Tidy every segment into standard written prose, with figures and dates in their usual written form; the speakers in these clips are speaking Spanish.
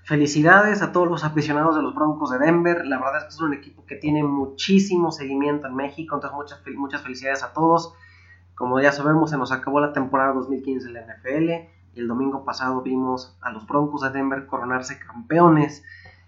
Felicidades a todos los aficionados de los Broncos de Denver. La verdad es que es un equipo que tiene muchísimo seguimiento en México, entonces muchas felicidades a todos. Como ya sabemos, se nos acabó la temporada 2015 de la NFL y el domingo pasado vimos a los Broncos de Denver coronarse campeones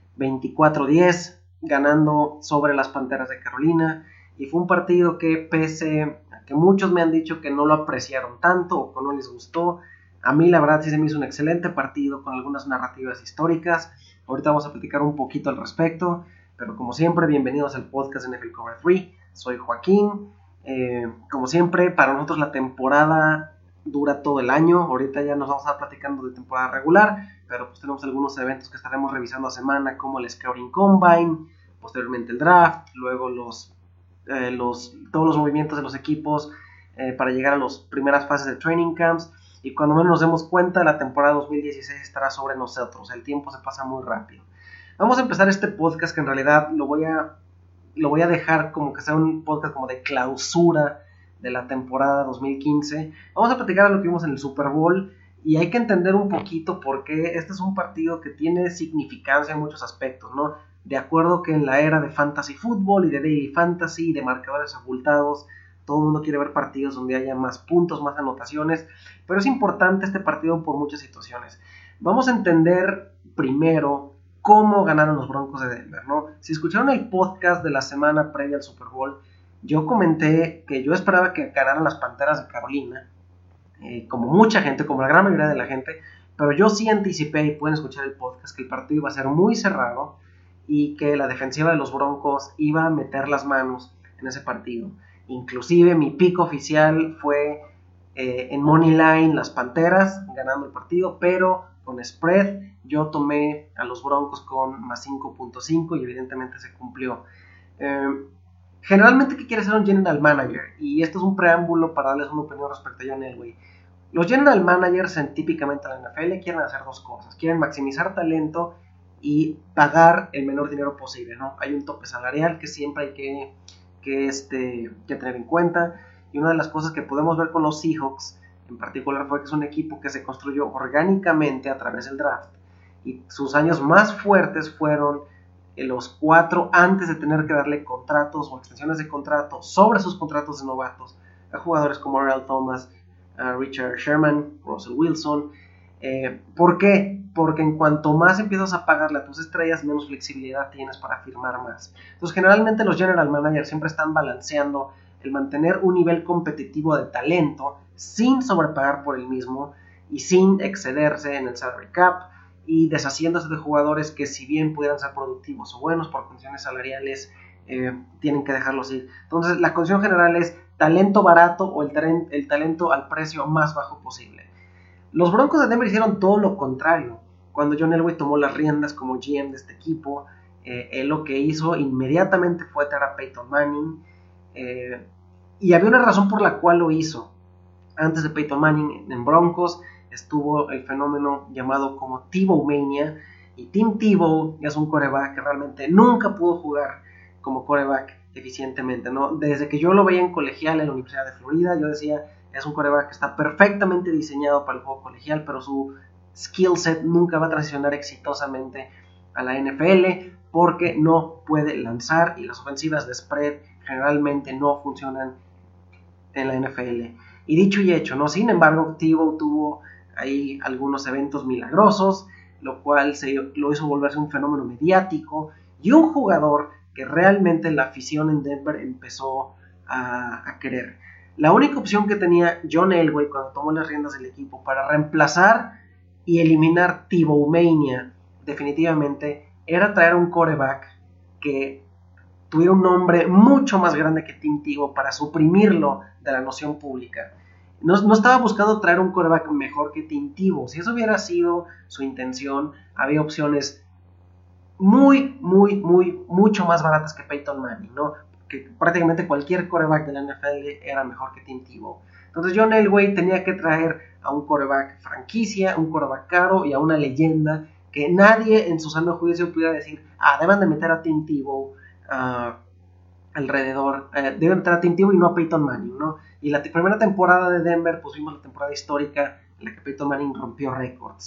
24-10, ganando sobre las Panteras de Carolina, y fue un partido que, pese a que muchos me han dicho que no lo apreciaron tanto o que no les gustó, a mí la verdad sí se me hizo un excelente partido con algunas narrativas históricas. Ahorita vamos a platicar un poquito al respecto, pero como siempre, bienvenidos al podcast NFL Cover 3. Soy Joaquín. Como siempre, para nosotros la temporada dura todo el año. Ahorita ya nos vamos a estar platicando de temporada regular, pero pues tenemos algunos eventos que estaremos revisando a semana, como el Scouting Combine, posteriormente el Draft, luego todos los movimientos de los equipos para llegar a las primeras fases de Training Camps. Y cuando menos nos demos cuenta, la temporada 2016 estará sobre nosotros. El tiempo se pasa muy rápido. Vamos a empezar este podcast, que en realidad lo voy a dejar como que sea un podcast como de clausura de la temporada 2015. Vamos a platicar de lo que vimos en el Super Bowl, y hay que entender un poquito por qué este es un partido que tiene significancia en muchos aspectos, ¿no? De acuerdo que en la era de Fantasy Football y de Daily Fantasy y de marcadores abultados, todo el mundo quiere ver partidos donde haya más puntos, más anotaciones, pero es importante este partido por muchas situaciones. Vamos a entender primero cómo ganaron los Broncos de Denver, ¿no? Si escucharon el podcast de la semana previa al Super Bowl, yo comenté que yo esperaba que ganaran las Panteras de Carolina, como mucha gente, como la gran mayoría de la gente, pero yo sí anticipé, y pueden escuchar el podcast, que el partido iba a ser muy cerrado y que la defensiva de los Broncos iba a meter las manos en ese partido. Inclusive mi pick oficial fue en Money Line las Panteras ganando el partido, pero con spread yo tomé a los Broncos con más 5.5 y evidentemente se cumplió. Generalmente, ¿qué quiere ser un general manager? Y esto es un preámbulo para darles una opinión respecto a John Elway. Los general managers, típicamente en la NFL, quieren hacer dos cosas. Quieren maximizar talento y pagar el menor dinero posible, ¿no? Hay un tope salarial que siempre hay que tener en cuenta, y una de las cosas que podemos ver con los Seahawks en particular fue que es un equipo que se construyó orgánicamente a través del draft, y sus años más fuertes fueron los 4 antes de tener que darle contratos o extensiones de contrato sobre sus contratos de novatos a jugadores como Earl Thomas, Richard Sherman, Russell Wilson. ¿Por qué? Porque en cuanto más empiezas a pagarle a tus estrellas, menos flexibilidad tienes para firmar más. Entonces, generalmente los general managers siempre están balanceando el mantener un nivel competitivo de talento sin sobrepagar por el mismo y sin excederse en el salary cap, y deshaciéndose de jugadores que, si bien pudieran ser productivos o buenos, por condiciones salariales tienen que dejarlos ir. Entonces, la condición general es talento barato o el talento al precio más bajo posible. Los Broncos de Denver hicieron todo lo contrario. Cuando John Elway tomó las riendas como GM de este equipo, él lo que hizo inmediatamente fue traer a Peyton Manning, y había una razón por la cual lo hizo. Antes de Peyton Manning en Broncos estuvo el fenómeno llamado como Tebow Mania, y Tim Tebow es un quarterback que realmente nunca pudo jugar como quarterback eficientemente, ¿no? Desde que yo lo veía en colegial en la Universidad de Florida, yo decía, es un quarterback que está perfectamente diseñado para el juego colegial, pero su skill set nunca va a transicionar exitosamente a la NFL porque no puede lanzar, y las ofensivas de spread generalmente no funcionan en la NFL. Y dicho y hecho, ¿no? Sin embargo, Tebow tuvo ahí algunos eventos milagrosos, lo cual lo hizo volverse un fenómeno mediático y un jugador que realmente la afición en Denver empezó a querer. La única opción que tenía John Elway cuando tomó las riendas del equipo para reemplazar y eliminar Tebow Mania definitivamente era traer un quarterback que tuviera un nombre mucho más grande que Tim Tebow para suprimirlo de la noción pública. No estaba buscando traer un quarterback mejor que Tim Tebow. Si eso hubiera sido su intención, había opciones mucho más baratas que Peyton Manning, ¿no? Que prácticamente cualquier quarterback de la NFL era mejor que Tim Tebow. Entonces John Elway tenía que traer a un quarterback franquicia, un quarterback caro y a una leyenda que nadie en su sano juicio pudiera decir, deben de meter a Tim Tebow alrededor, deben meter a Tim Tebow y no a Peyton Manning, ¿no? Y la primera temporada de Denver, pues vimos la temporada histórica en la que Peyton Manning rompió récords.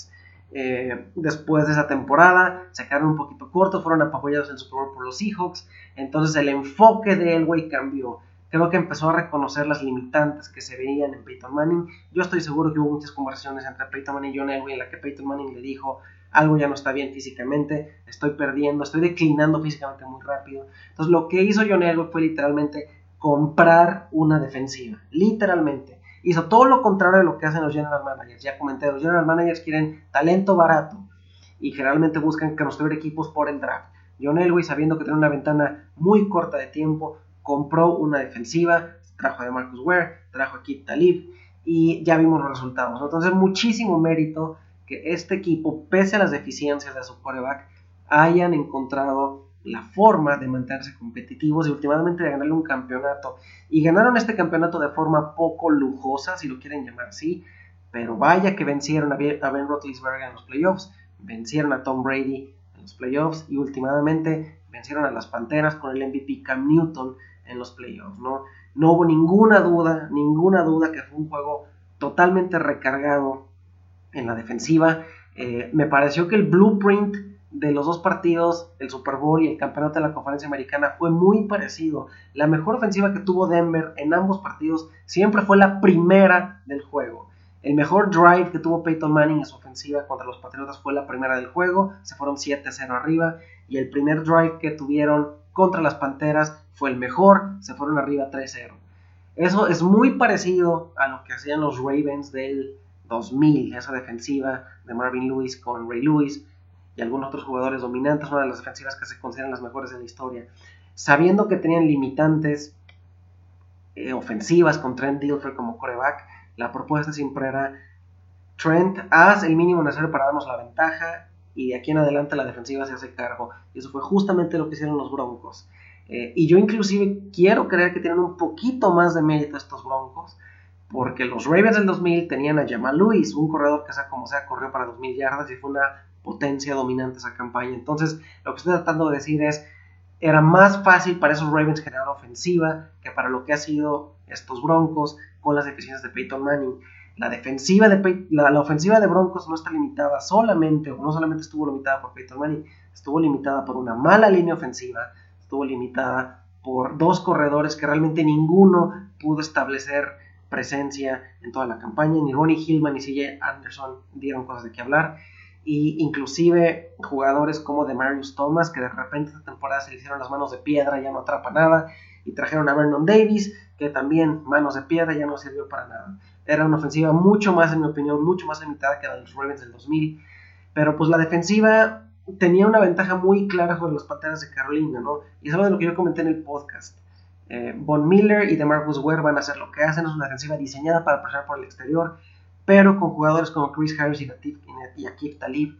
después de esa temporada, se quedaron un poquito cortos, fueron apabullados en el Super Bowl por los Seahawks, entonces el enfoque de Elway cambió. Creo que empezó a reconocer las limitantes que se veían en Peyton Manning. Yo estoy seguro que hubo muchas conversaciones entre Peyton Manning y John Elway en la que Peyton Manning le dijo: algo ya no está bien físicamente, estoy perdiendo, estoy declinando físicamente muy rápido. Entonces lo que hizo John Elway fue literalmente comprar una defensiva, literalmente. Hizo todo lo contrario de lo que hacen los general managers. Ya comenté, los general managers quieren talento barato y generalmente buscan construir equipos por el draft. John Elway, sabiendo que tenía una ventana muy corta de tiempo, compró una defensiva, trajo a DeMarcus Ware, trajo a Aqib Talib y ya vimos los resultados, ¿no? Entonces muchísimo mérito que este equipo, pese a las deficiencias de su quarterback, hayan encontrado la forma de mantenerse competitivos y últimamente de ganarle un campeonato. Y ganaron este campeonato de forma poco lujosa, si lo quieren llamar así, pero vaya que vencieron a Ben Roethlisberger en los playoffs, vencieron a Tom Brady en los playoffs y últimamente vencieron a las Panteras con el MVP Cam Newton en los playoffs, ¿no? No hubo ninguna duda que fue un juego totalmente recargado en la defensiva. Me pareció que el blueprint de los dos partidos, el Super Bowl y el campeonato de la Conferencia Americana, fue muy parecido. La mejor ofensiva que tuvo Denver en ambos partidos siempre fue la primera del juego. El mejor drive que tuvo Peyton Manning en su ofensiva contra los Patriotas fue la primera del juego, se fueron 7-0 arriba, y el primer drive que tuvieron contra las Panteras fue el mejor, se fueron arriba 3-0. Eso es muy parecido a lo que hacían los Ravens del 2000, esa defensiva de Marvin Lewis con Ray Lewis y algunos otros jugadores dominantes, una de las defensivas que se consideran las mejores de la historia. Sabiendo que tenían limitantes ofensivas con Trent Dilfer como quarterback, la propuesta siempre era: Trent, haz el mínimo necesario para darnos la ventaja y de aquí en adelante la defensiva se hace cargo. Y eso fue justamente lo que hicieron los Broncos. Y yo inclusive quiero creer que tienen un poquito más de mérito estos Broncos, porque los Ravens del 2000 tenían a Jamal Lewis, un corredor que sea como sea corrió para 2000 yardas y fue una potencia dominante esa campaña. Entonces lo que estoy tratando de decir es: era más fácil para esos Ravens generar ofensiva que para lo que ha sido estos Broncos con las deficiencias de Peyton Manning. La ofensiva de Broncos no está limitada solamente, o no solamente estuvo limitada por Peyton Manning, estuvo limitada por una mala línea ofensiva, estuvo limitada por dos corredores que realmente ninguno pudo establecer presencia en toda la campaña. Ni Ronnie Hillman ni CJ Anderson dieron cosas de qué hablar, y inclusive jugadores como Demaryius Thomas, que de repente esta temporada se le hicieron las manos de piedra, ya no atrapa nada, y trajeron a Vernon Davis, que también manos de piedra, ya no sirvió para nada. Era una ofensiva mucho más, en mi opinión, mucho más limitada que la de los Ravens del 2000, pero pues la defensiva tenía una ventaja muy clara sobre las Panteras de Carolina, ¿no? Y es algo de lo que yo comenté en el podcast. Von Miller y DeMarcus Ware van a hacer lo que hacen, es una defensiva diseñada para presionar por el exterior, pero con jugadores como Chris Harris y Aqib Talib,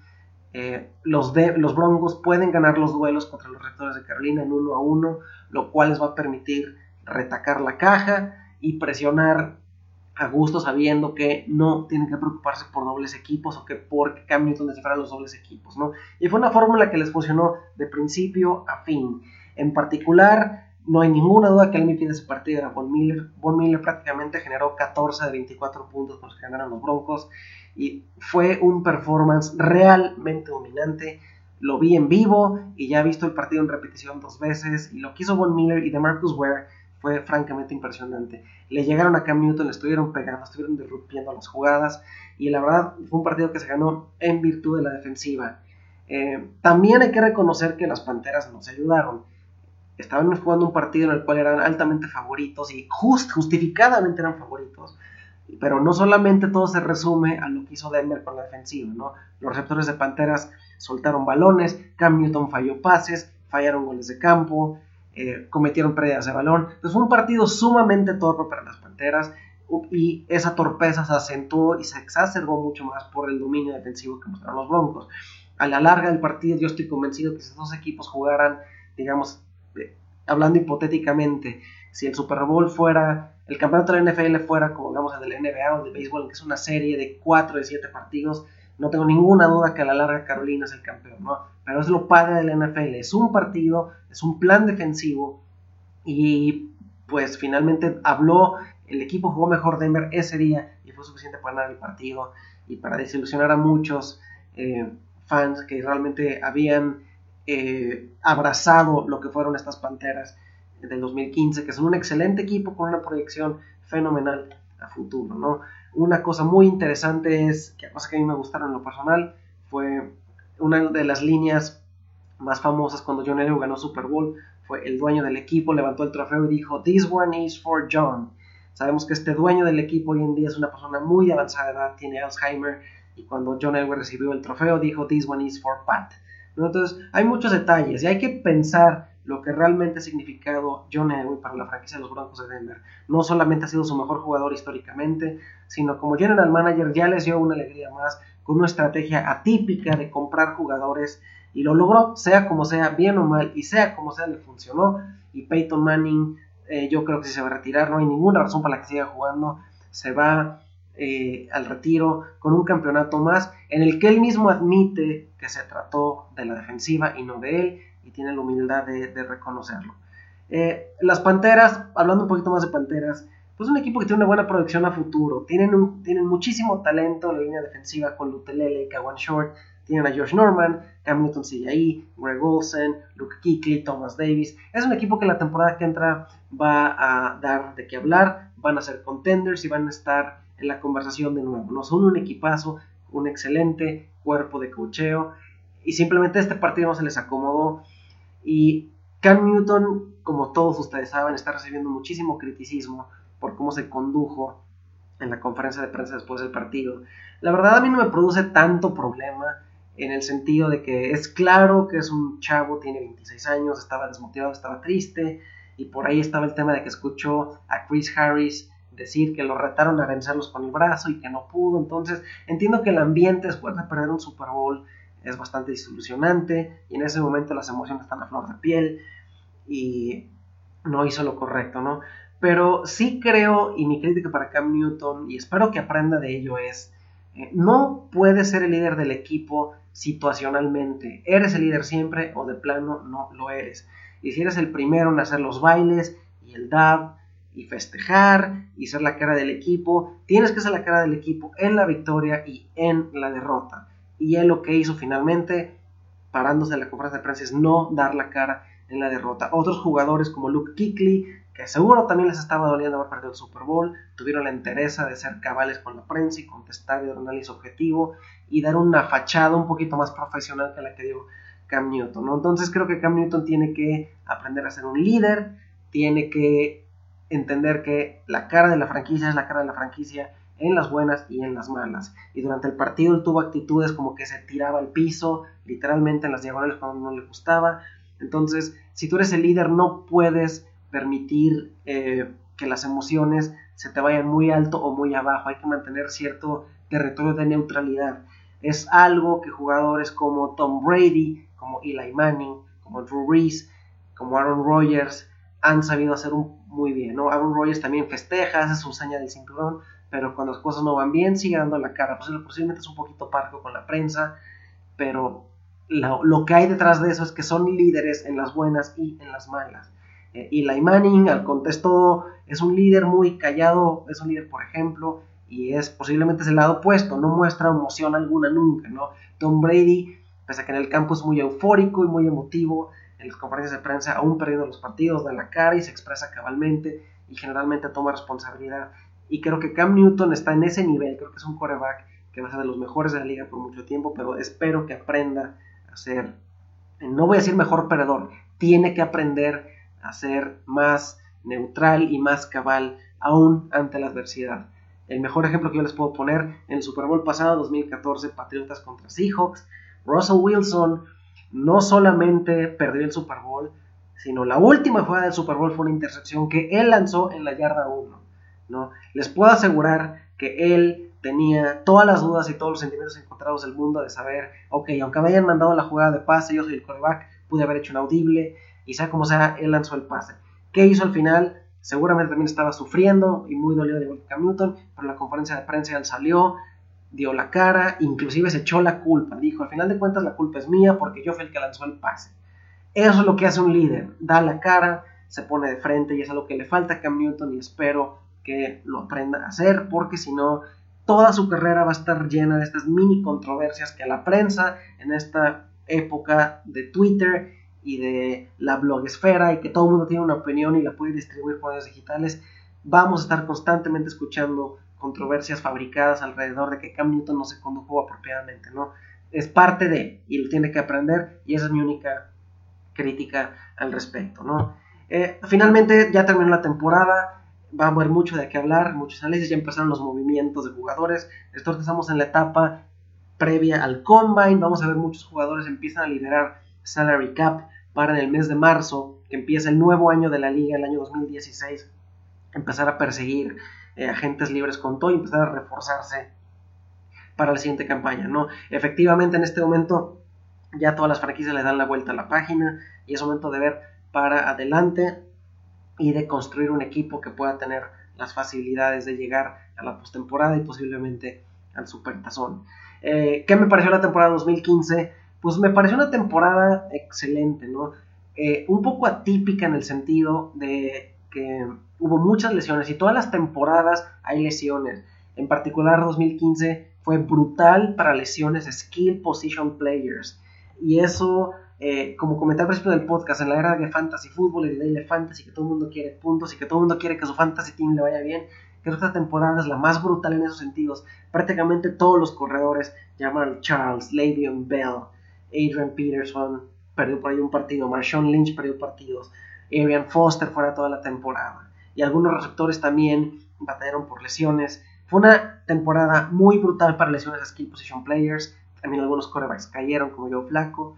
los Broncos pueden ganar los duelos contra los receptores de Carolina en 1-1, lo cual les va a permitir retacar la caja y presionar a gusto, sabiendo que no tienen que preocuparse por dobles equipos o que por Cam Newton descifrar los dobles equipos, ¿no? Y fue una fórmula que les funcionó de principio a fin. En particular, no hay ninguna duda que el MVP de ese partido era Von Miller. Von Miller prácticamente generó 14 de 24 puntos con los que ganaron los Broncos y fue un performance realmente dominante. Lo vi en vivo y ya he visto el partido en repetición 2 veces, y lo que hizo Von Miller y DeMarcus Ware fue francamente impresionante. Le llegaron a Cam Newton, le estuvieron pegando, estuvieron disrumpiendo las jugadas, y la verdad fue un partido que se ganó en virtud de la defensiva. También hay que reconocer que las Panteras nos ayudaron. Estaban jugando un partido en el cual eran altamente favoritos y justificadamente eran favoritos, pero no solamente todo se resume a lo que hizo Denver con la defensiva, ¿no? Los receptores de Panteras soltaron balones, Cam Newton falló pases, fallaron goles de campo, cometieron pérdidas de balón. Entonces fue un partido sumamente torpe para las Panteras, y esa torpeza se acentuó y se exacerbó mucho más por el dominio defensivo que mostraron los Broncos. A la larga del partido yo estoy convencido que si esos dos equipos jugaran, digamos, hablando hipotéticamente, si el Super Bowl fuera, el campeonato de la NFL fuera como digamos el de la NBA o el de béisbol, que es una serie de 4 de 7 partidos, no tengo ninguna duda que a la larga Carolina es el campeón, ¿no? Pero es lo padre de la NFL, es un partido, es un plan defensivo, y pues finalmente el equipo jugó mejor Denver ese día y fue suficiente para ganar el partido y para desilusionar a muchos fans que realmente habían abrazado lo que fueron estas Panteras del 2015, que son un excelente equipo con una proyección fenomenal a futuro, ¿no? Una cosa muy interesante es, que cosa que a mí me gustaron en lo personal, fue una de las líneas más famosas cuando John Elway ganó Super Bowl, fue el dueño del equipo, levantó el trofeo y dijo, "This one is for John". Sabemos que este dueño del equipo hoy en día es una persona muy avanzada de edad, tiene Alzheimer, y cuando John Elway recibió el trofeo dijo, "This one is for Pat", ¿no? Entonces hay muchos detalles y hay que pensar lo que realmente ha significado John Elway para la franquicia de los Broncos de Denver. No solamente ha sido su mejor jugador históricamente, sino como general manager ya les dio una alegría más, con una estrategia atípica de comprar jugadores, y lo logró, sea como sea, bien o mal, y sea como sea, le funcionó. Y Peyton Manning, yo creo que si se va a retirar, no hay ninguna razón para la que siga jugando, se va al retiro con un campeonato más, en el que él mismo admite que se trató de la defensiva y no de él, y tiene la humildad de reconocerlo. Las Panteras, hablando un poquito más de Panteras, pues un equipo que tiene una buena proyección a futuro, tienen muchísimo talento en la línea defensiva con Lutelele, Kawan Short, tienen a Josh Norman, Cam Newton sigue ahí, Greg Olsen, Luke Kuechly, Thomas Davis. Es un equipo que la temporada que entra va a dar de qué hablar, van a ser contenders y van a estar en la conversación de nuevo, ¿no? Son un equipazo, un excelente cuerpo de coacheo, y simplemente este partido no se les acomodó. Y Cam Newton, como todos ustedes saben, está recibiendo muchísimo criticismo por cómo se condujo en la conferencia de prensa después del partido. La verdad a mí no me produce tanto problema, en el sentido de que es claro que es un chavo, tiene 26 años, estaba desmotivado, estaba triste, y por ahí estaba el tema de que escuchó a Chris Harris decir que lo retaron a vencerlos con el brazo y que no pudo. Entonces entiendo que el ambiente después de perder un Super Bowl es bastante desilusionante, y en ese momento las emociones están a flor de piel, y no hizo lo correcto, ¿no? Pero sí creo, y mi crítica para Cam Newton, y espero que aprenda de ello, es no puedes ser el líder del equipo situacionalmente. Eres el líder siempre o de plano no lo eres. Y si eres el primero en hacer los bailes y el dab y festejar y ser la cara del equipo, tienes que ser la cara del equipo en la victoria y en la derrota. Y él lo que hizo finalmente, parándose en la conferencia de prensa, es no dar la cara en la derrota. Otros jugadores como Luke Kuechly, que seguro también les estaba doliendo haber perdido el Super Bowl, tuvieron la entereza de ser cabales con la prensa y contestar y dar un análisis objetivo y dar una fachada un poquito más profesional que la que dio Cam Newton, ¿no? Entonces creo que Cam Newton tiene que aprender a ser un líder, tiene que entender que la cara de la franquicia es la cara de la franquicia en las buenas y en las malas. Y durante el partido él tuvo actitudes como que se tiraba al piso, literalmente en las diagonales cuando no le gustaba. Entonces, si tú eres el líder, no puedes permitir que las emociones se te vayan muy alto o muy abajo. Hay que mantener cierto territorio de neutralidad. Es algo que jugadores como Tom Brady, como Eli Manning, como Drew Brees, como Aaron Rodgers han sabido hacer muy bien, ¿no? Aaron Rodgers también festeja, hace su seña del cinturón, pero cuando las cosas no van bien sigue dando la cara. Posiblemente es un poquito parco con la prensa, pero lo que hay detrás de eso es que son líderes en las buenas y en las malas. Eli Manning, al contexto, es un líder muy callado, es un líder, por ejemplo, y es posiblemente es el lado opuesto, no muestra emoción alguna nunca, ¿no? Tom Brady, pese a que en el campo es muy eufórico y muy emotivo, en las conferencias de prensa, aún perdiendo los partidos, da la cara y se expresa cabalmente y generalmente toma responsabilidad. Y creo que Cam Newton está en ese nivel, creo que es un quarterback que va a ser de los mejores de la liga por mucho tiempo, pero espero que aprenda a ser, no voy a decir mejor perdedor, tiene que aprender a ser más neutral y más cabal aún ante la adversidad. El mejor ejemplo que yo les puedo poner, en el Super Bowl pasado, 2014, Patriotas contra Seahawks, Russell Wilson no solamente perdió el Super Bowl, sino la última jugada del Super Bowl fue una intercepción que él lanzó en la yarda 1, ¿no? Les puedo asegurar que él tenía todas las dudas y todos los sentimientos encontrados del mundo de saber, ok, aunque me hayan mandado la jugada de pase, yo soy el quarterback, pude haber hecho un audible, y sea como sea, él lanzó el pase. ¿Qué hizo al final? Seguramente también estaba sufriendo y muy dolido de igual que Cam Newton, pero en la conferencia de prensa él salió, dio la cara, inclusive se echó la culpa, dijo, al final de cuentas la culpa es mía porque yo fui el que lanzó el pase. Eso es lo que hace un líder, da la cara, se pone de frente, y es algo que le falta a Cam Newton y espero que lo aprenda a hacer, porque si no, toda su carrera va a estar llena de estas mini controversias que a la prensa en esta época de Twitter y de la blogesfera y que todo el mundo tiene una opinión y la puede distribuir por medios digitales, vamos a estar constantemente escuchando controversias fabricadas alrededor de que Cam Newton no se condujo apropiadamente, ¿no? Es parte de, y lo tiene que aprender, y esa es mi única crítica al respecto, ¿no? Finalmente ya terminó la temporada, va a haber mucho de qué hablar, muchos análisis, ya empezaron los movimientos de jugadores, estamos en la etapa previa al Combine, vamos a ver muchos jugadores empiezan a liberar salary cap para en el mes de marzo, que empieza el nuevo año de la liga, el año 2016, empezar a perseguir agentes libres con todo y empezar a reforzarse para la siguiente campaña, ¿no? Efectivamente, en este momento ya todas las franquicias le dan la vuelta a la página y es momento de ver para adelante y de construir un equipo que pueda tener las facilidades de llegar a la postemporada y posiblemente al supertazón. ¿Qué me pareció la temporada 2015? Pues me pareció una temporada excelente, ¿no? Un poco atípica en el sentido de que hubo muchas lesiones y todas las temporadas hay lesiones. En particular 2015 fue brutal para lesiones skill position players y eso, como comenté al principio del podcast, en la era de fantasy fútbol y de daily fantasy, que todo el mundo quiere puntos y que todo el mundo quiere que su fantasy team le vaya bien, creo que esta temporada es la más brutal en esos sentidos. Prácticamente todos los corredores, Jamal Charles, Le'Veon Bell, Adrian Peterson perdió por ahí un partido, Marshawn Lynch perdió partidos, Arian Foster fuera toda la temporada y algunos receptores también batallaron por lesiones. Fue una temporada muy brutal para lesiones de skill position players, también algunos quarterbacks cayeron como Joe Flacco,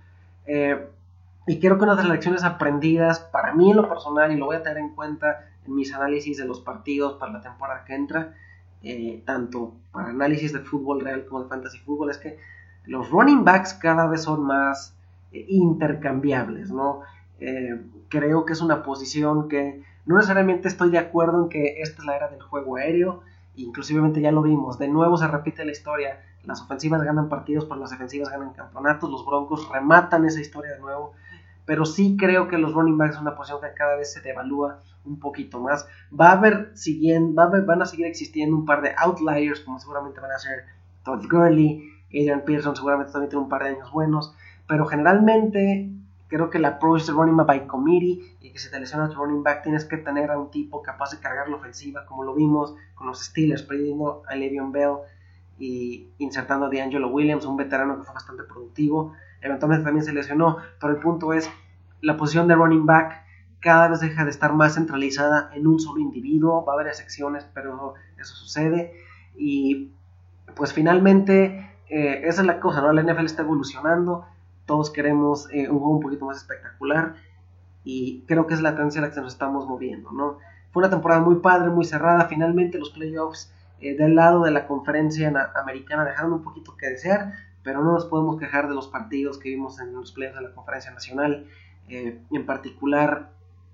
y creo que una de las lecciones aprendidas para mí en lo personal, y lo voy a tener en cuenta en mis análisis de los partidos para la temporada que entra, tanto para análisis de fútbol real como de fantasy fútbol, es que los running backs cada vez son más intercambiables, ¿no? Creo que es una posición que no necesariamente estoy de acuerdo en que esta es la era del juego aéreo, inclusivemente ya lo vimos, de nuevo se repite la historia, las ofensivas ganan partidos, pero las defensivas ganan campeonatos, los Broncos rematan esa historia de nuevo, pero sí creo que los running backs es una posición que cada vez se devalúa un poquito más. Van a seguir existiendo un par de outliers, como seguramente van a ser Todd Gurley, Adrian Peterson seguramente también tiene un par de años buenos, pero generalmente creo que el approach de running back by committee y que si te lesiona tu running back tienes que tener a un tipo capaz de cargar la ofensiva, como lo vimos con los Steelers, perdiendo a Le'Veon Bell y insertando a DeAngelo Williams, un veterano que fue bastante productivo. Eventualmente también se lesionó, pero el punto es, la posición de running back cada vez deja de estar más centralizada en un solo individuo, va a haber excepciones, pero eso sucede, y pues finalmente esa es la cosa, ¿no? La NFL está evolucionando, todos queremos un juego un poquito más espectacular, y creo que es la tendencia a la que nos estamos moviendo, ¿no? Fue una temporada muy padre, muy cerrada, finalmente los playoffs del lado de la conferencia americana dejaron un poquito que desear, pero no nos podemos quejar de los partidos que vimos en los playoffs de la conferencia nacional, en particular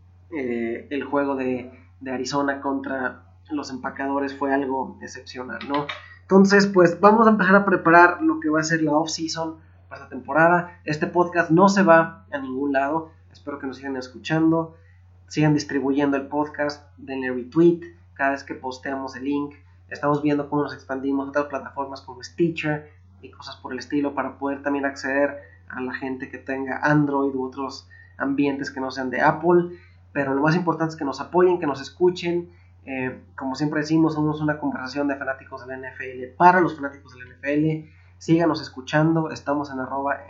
el juego de Arizona contra los empacadores fue algo excepcional, ¿no? Entonces, pues vamos a empezar a preparar lo que va a ser la off-season para esta temporada. Este podcast no se va a ningún lado, espero que nos sigan escuchando, sigan distribuyendo el podcast, denle retweet cada vez que posteamos el link. Estamos viendo cómo nos expandimos a otras plataformas como Stitcher y cosas por el estilo para poder también acceder a la gente que tenga Android u otros ambientes que no sean de Apple. Pero lo más importante es que nos apoyen, que nos escuchen. Como siempre decimos, somos una conversación de fanáticos del NFL para los fanáticos del NFL. Síganos escuchando, estamos en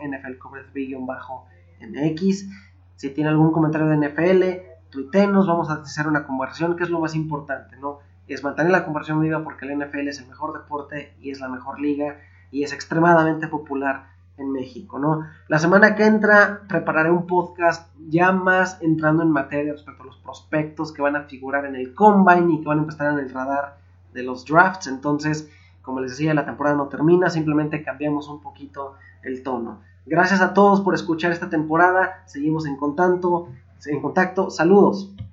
@NFLCoverage_MX. Si tiene algún comentario de NFL, tuitenos, vamos a hacer una conversación, que es lo más importante, ¿no? Es mantener la conversación viva porque el NFL es el mejor deporte y es la mejor liga y es extremadamente popular en México, ¿no? La semana que entra prepararé un podcast ya más entrando en materia respecto a los prospectos que van a figurar en el Combine y que van a empezar en el radar de los drafts. Entonces, como les decía, la temporada no termina, simplemente cambiamos un poquito el tono. Gracias a todos por escuchar esta temporada, seguimos en contacto, saludos.